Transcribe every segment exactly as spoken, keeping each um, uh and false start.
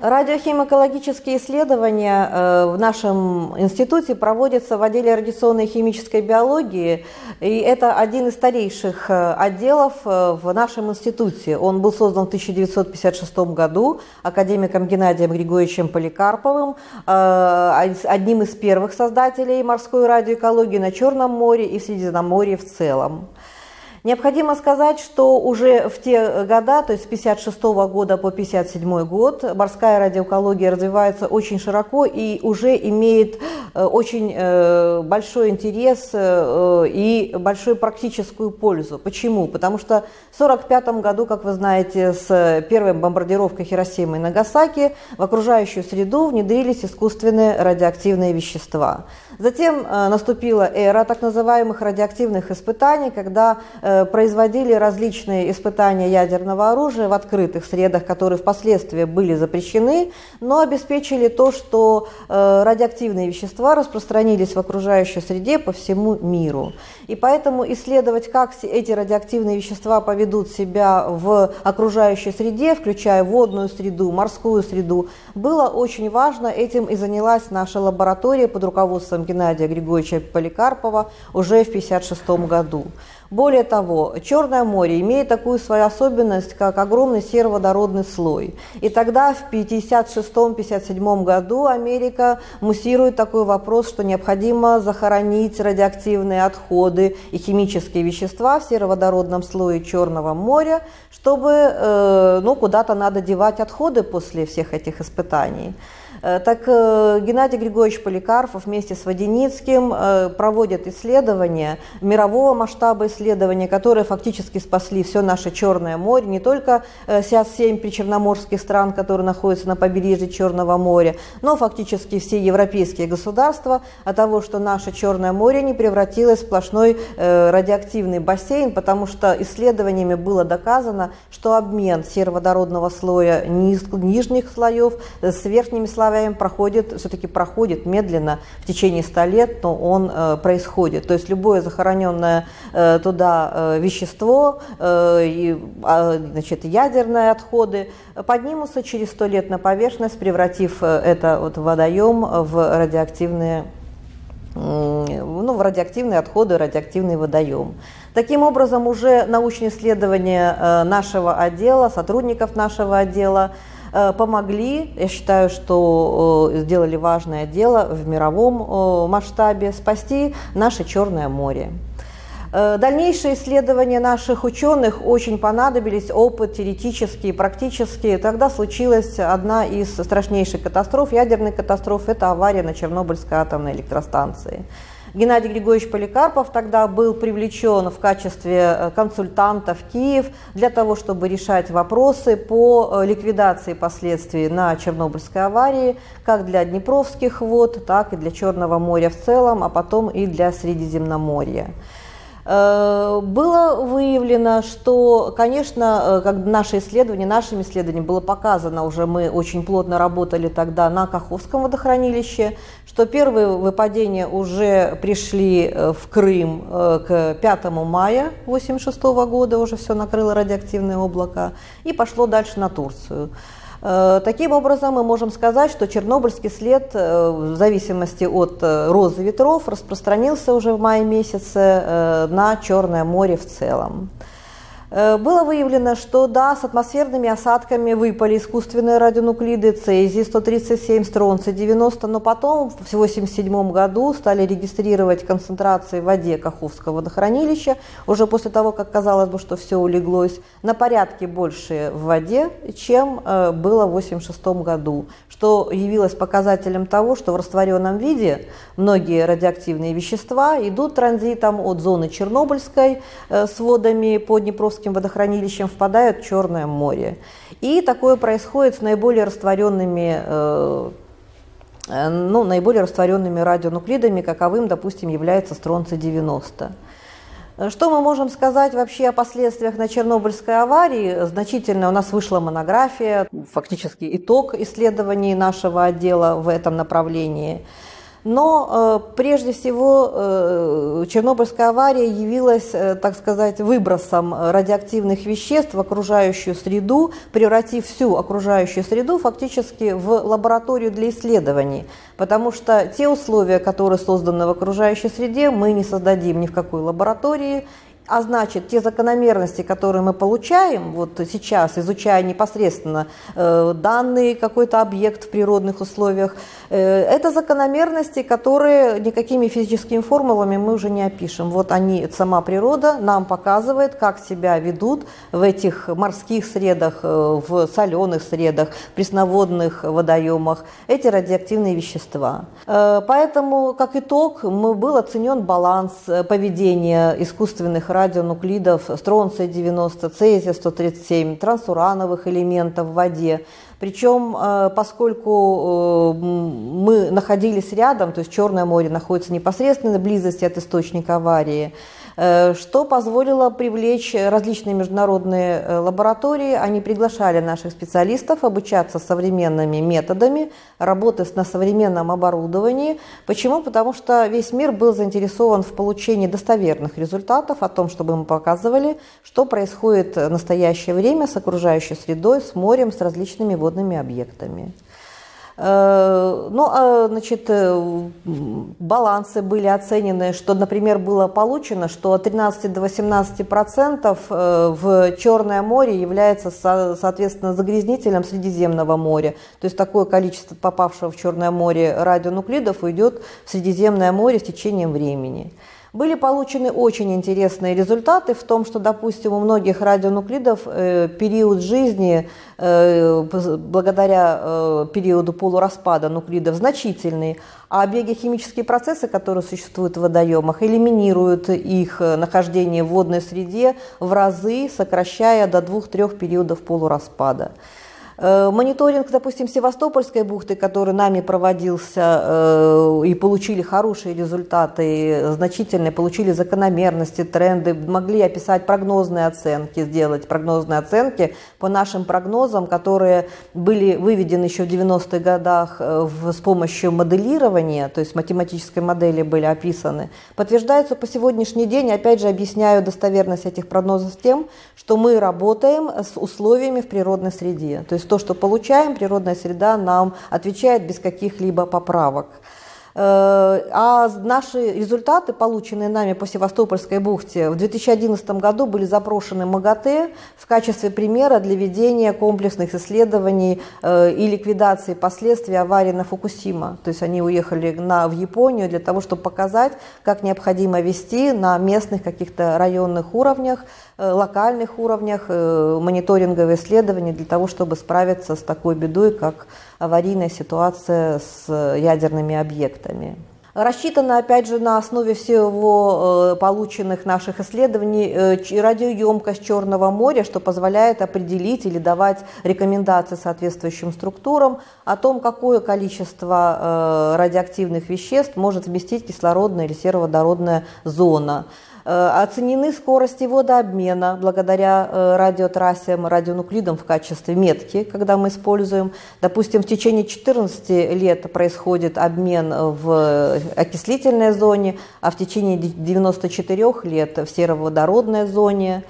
Радиохимикологические исследования в нашем институте проводятся в отделе радиационной и химической биологии, и это один из старейших отделов в нашем институте. Он был создан в тысяча девятьсот пятьдесят шестом году академиком Геннадием Григорьевичем Поликарповым, одним из первых создателей морской радиоэкологии на Черном море и в Средиземноморье в целом. Необходимо сказать, что уже в те года, то есть с пятьдесят шестого года по пятьдесят седьмой год, морская радиоэкология развивается очень широко и уже имеет очень большой интерес и большую практическую пользу. Почему? Потому что в тысяча девятьсот сорок пятом году, как вы знаете, с первой бомбардировкой Хиросимы и Нагасаки в окружающую среду внедрились искусственные радиоактивные вещества. Затем наступила эра так называемых радиоактивных испытаний, когда производили различные испытания ядерного оружия в открытых средах, которые впоследствии были запрещены, но обеспечили то, что радиоактивные вещества распространились в окружающей среде по всему миру. И поэтому исследовать, как эти радиоактивные вещества поведут себя в окружающей среде, включая водную среду, морскую среду, было очень важно. Этим и занялась наша лаборатория под руководством Геннадия Григорьевича Поликарпова уже в тысяча девятьсот пятьдесят шестом году. Более того, Черное море имеет такую свою особенность, как огромный сероводородный слой. И тогда в тысяча девятьсот пятьдесят шестом — пятьдесят седьмом году Америка муссирует такой вопрос, что необходимо захоронить радиоактивные отходы и химические вещества в сероводородном слое Черного моря, чтобы э, ну, куда-то надо девать отходы после всех этих испытаний. Так Геннадий Григорьевич Поликарпов вместе с Воденицким проводят исследования, мирового масштаба исследования, которые фактически спасли все наше Черное море, не только сейчас семь причерноморских стран, которые находятся на побережье Черного моря, но фактически все европейские государства от того, что наше Черное море не превратилось в сплошной радиоактивный бассейн, потому что исследованиями было доказано, что обмен сероводородного слоя нижних слоев с верхними слоями проходит, все-таки проходит медленно, в течение ста лет, но он э, происходит. То есть любое захороненное э, туда э, вещество, э, и, э, значит, ядерные отходы поднимутся через сто лет на поверхность, превратив э, это вот, водоем в радиоактивные, э, ну, в радиоактивные отходы, радиоактивный водоем. Таким образом, уже научные исследования э, нашего отдела, сотрудников нашего отдела, помогли, я считаю, что сделали важное дело в мировом масштабе, спасти наше Черное море. Дальнейшие исследования наших ученых очень понадобились, опыт теоретический, практический. Тогда случилась одна из страшнейших катастроф, ядерных катастроф, это авария на Чернобыльской атомной электростанции. Геннадий Григорьевич Поликарпов тогда был привлечен в качестве консультанта в Киев для того, чтобы решать вопросы по ликвидации последствий на Чернобыльской аварии, как для Днепровских вод, так и для Черного моря в целом, а потом и для Средиземноморья. Было выявлено, что, конечно, как наше исследование, нашими исследованиями было показано, уже мы очень плотно работали тогда на Каховском водохранилище, что первые выпадения уже пришли в Крым к пятому мая тысяча девятьсот восемьдесят шестого года, уже все накрыло радиоактивное облако, и пошло дальше на Турцию. Таким образом, мы можем сказать, что чернобыльский след, в зависимости от розы ветров, распространился уже в мае месяце на Черное море в целом. Было выявлено, что да, с атмосферными осадками выпали искусственные радионуклиды цезий сто тридцать семь, стронций девяносто, но потом в тысяча девятьсот восемьдесят седьмом году стали регистрировать концентрации в воде Каховского водохранилища, уже после того, как казалось бы, что все улеглось, на порядке больше в воде, чем было в тысяча девятьсот восемьдесят шестом году, что явилось показателем того, что в растворенном виде многие радиоактивные вещества идут транзитом от зоны Чернобыльской с водами по Днепровским водохранилищем, впадают в Черное море. И такое происходит с наиболее растворенными, э, ну, наиболее растворенными радионуклидами, каковым, допустим, является стронций девяносто. Что мы можем сказать вообще о последствиях на Чернобыльской аварии? Значительно у нас вышла монография, фактически итог исследований нашего отдела в этом направлении. Но э, прежде всего э, Чернобыльская авария явилась, э, так сказать, выбросом радиоактивных веществ в окружающую среду, превратив всю окружающую среду фактически в лабораторию для исследований. Потому что те условия, которые созданы в окружающей среде, мы не создадим ни в какой лаборатории. А значит, те закономерности, которые мы получаем вот сейчас, изучая непосредственно э, данный какой-то объект в природных условиях, э, это закономерности, которые никакими физическими формулами мы уже не опишем. Вот они, сама природа нам показывает, как себя ведут в этих морских средах, э, в соленых средах, пресноводных водоемах эти радиоактивные вещества. Э, поэтому, как итог, мы, был оценен баланс поведения искусственных радионуклидов стронция девяносто, цезия сто тридцать семь, трансурановых элементов в воде. Причем, поскольку мы находились рядом, то есть Черное море находится в непосредственной близости от источника аварии, что позволило привлечь различные международные лаборатории. Они приглашали наших специалистов обучаться современными методами, работать на современном оборудовании. Почему? Потому что весь мир был заинтересован в получении достоверных результатов о том, чтобы мы показывали, что происходит в настоящее время с окружающей средой, с морем, с различными водными объектами. Ну, значит, балансы были оценены, что, например, было получено, что от тринадцати до восемнадцати процентов в Черное море является, соответственно, загрязнителем Средиземного моря. То есть такое количество попавшего в Черное море радионуклидов уйдет в Средиземное море с течением времени. Были получены очень интересные результаты в том, что, допустим, у многих радионуклидов э, период жизни, э, благодаря э, периоду полураспада нуклидов, значительный, а биохимические процессы, которые существуют в водоемах, элиминируют их нахождение в водной среде в разы, сокращая до двух-трех периодов полураспада. Мониторинг, допустим, Севастопольской бухты, который нами проводился, э, и получили хорошие результаты, значительные, получили закономерности, тренды, могли описать прогнозные оценки, сделать прогнозные оценки по нашим прогнозам, которые были выведены еще в девяностых годах в, с помощью моделирования, то есть математической модели были описаны, подтверждаются по сегодняшний день. Опять же, объясняю достоверность этих прогнозов тем, что мы работаем с условиями в природной среде. То есть то, что получаем, природная среда нам отвечает без каких-либо поправок. А наши результаты, полученные нами по Севастопольской бухте, в две тысячи одиннадцатом году были запрошены МАГАТЭ в качестве примера для ведения комплексных исследований и ликвидации последствий аварии на Фукусима. То есть они уехали на, в Японию для того, чтобы показать, как необходимо вести на местных каких-то районных уровнях, локальных уровнях мониторинговые исследования для того, чтобы справиться с такой бедой, как аварийная ситуация с ядерными объектами. Рассчитано, опять же, на основе всего полученных наших исследований радиоемкость Черного моря, что позволяет определить или давать рекомендации соответствующим структурам о том, какое количество радиоактивных веществ может вместить кислородная или сероводородная зона. Оценены скорости водообмена благодаря радиотрассам, радионуклидам в качестве метки, когда мы используем. Допустим, в течение четырнадцати лет происходит обмен в окислительной зоне, а в течение девяноста четырёх лет в сероводородной зоне.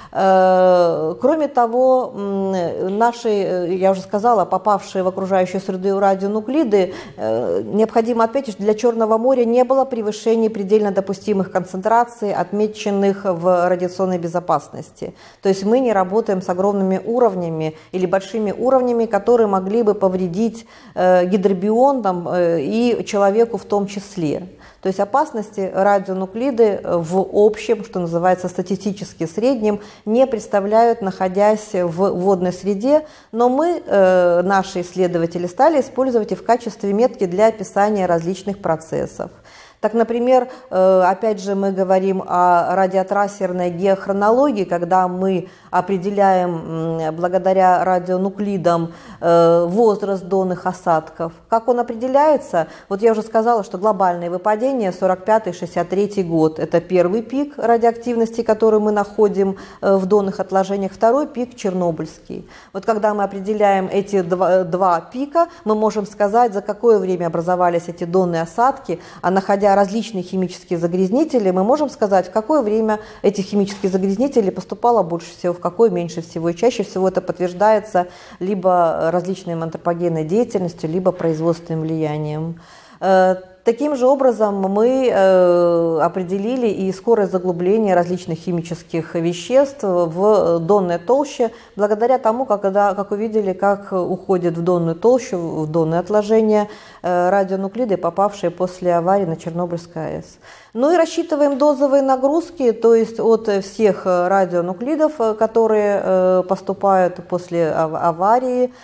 Кроме того, наши, я уже сказала, попавшие в окружающую среду радионуклиды, необходимо отметить, что для Черного моря не было превышения предельно допустимых концентраций, отмеченных в радиационной безопасности. То есть мы не работаем с огромными уровнями или большими уровнями, которые могли бы повредить гидробионам и человеку в том числе. То есть опасности радионуклиды в общем, что называется статистически среднем, не представляют, находясь в водной среде, но мы, э, наши исследователи, стали использовать их в качестве метки для описания различных процессов. Так, например, опять же мы говорим о радиотрассерной геохронологии, когда мы определяем благодаря радионуклидам возраст донных осадков. Как он определяется? Вот я уже сказала, что глобальные выпадения сорок пятый — шестьдесят третий год – это первый пик радиоактивности, который мы находим в донных отложениях, второй пик – чернобыльский. Вот когда мы определяем эти два, два пика, мы можем сказать, за какое время образовались эти донные осадки, а находя различные химические загрязнители, мы можем сказать, в какое время эти химические загрязнители поступало больше всего, в какое меньше всего. И чаще всего это подтверждается либо различной антропогенной деятельностью, либо производственным влиянием. Таким же образом мы определили и скорость заглубления различных химических веществ в донной толще, благодаря тому, как, когда, как увидели, как уходят в донную толщу, в донные отложения радионуклиды, попавшие после аварии на Чернобыльской АЭС. Ну и рассчитываем дозовые нагрузки, то есть от всех радионуклидов, которые поступают после аварии,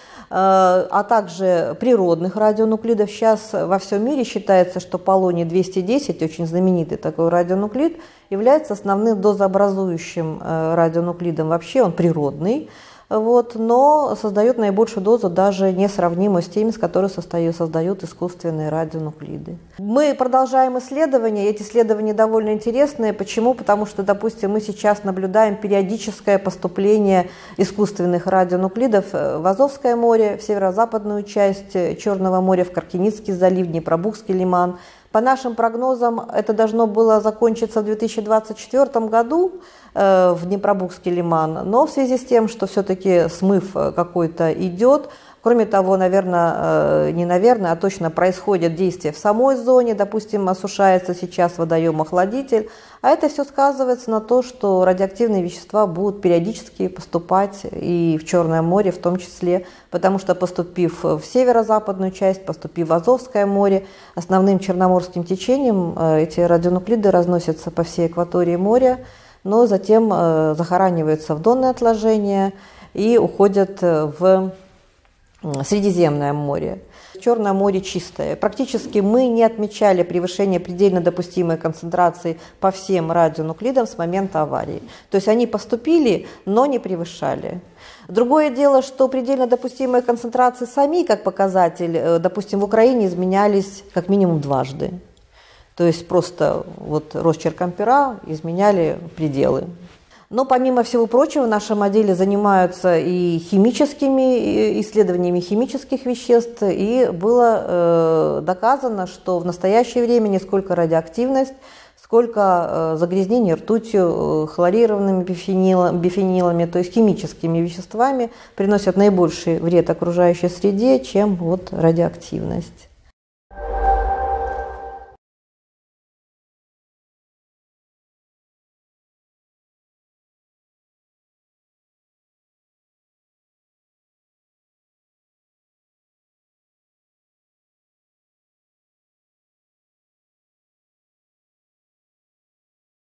а также природных радионуклидов. Сейчас во всем мире считается, что полоний двести десять, очень знаменитый такой радионуклид, является основным дозообразующим радионуклидом. Вообще он природный, вот, но создает наибольшую дозу, даже несравнимую с теми, с которыми создают искусственные радионуклиды. Мы продолжаем исследования, эти исследования довольно интересные. Почему? Потому что, допустим, мы сейчас наблюдаем периодическое поступление искусственных радионуклидов в Азовское море, в северо-западную часть Черного моря, в Каркинитский залив, Днепробургский лиман. По нашим прогнозам, это должно было закончиться в две тысячи двадцать четвёртом году э, в Днепробургский лиман, но в связи с тем, что все-таки смыв какой-то идет, кроме того, наверное, э, не наверное, а точно происходит действие в самой зоне, допустим, осушается сейчас водоем-охладитель, а это все сказывается на то, что радиоактивные вещества будут периодически поступать и в Черное море в том числе, потому что, поступив в северо-западную часть, поступив в Азовское море, основным черноморским течением эти радионуклиды разносятся по всей акватории моря, но затем захораниваются в донные отложения и уходят в Средиземное море. Черное море чистое. Практически мы не отмечали превышение предельно допустимой концентрации по всем радионуклидам с момента аварии. То есть они поступили, но не превышали. Другое дело, что предельно допустимые концентрации сами, как показатель, допустим, в Украине изменялись как минимум дважды. То есть просто вот росчерком пера изменяли пределы. Но помимо всего прочего в нашем отделе занимаются и химическими исследованиями химических веществ, и было э, доказано, что в настоящее время не сколько радиоактивность, сколько э, загрязнений ртутью, хлорированными бифенилами, бифенилами, то есть химическими веществами, приносят наибольший вред окружающей среде, чем вот радиоактивность.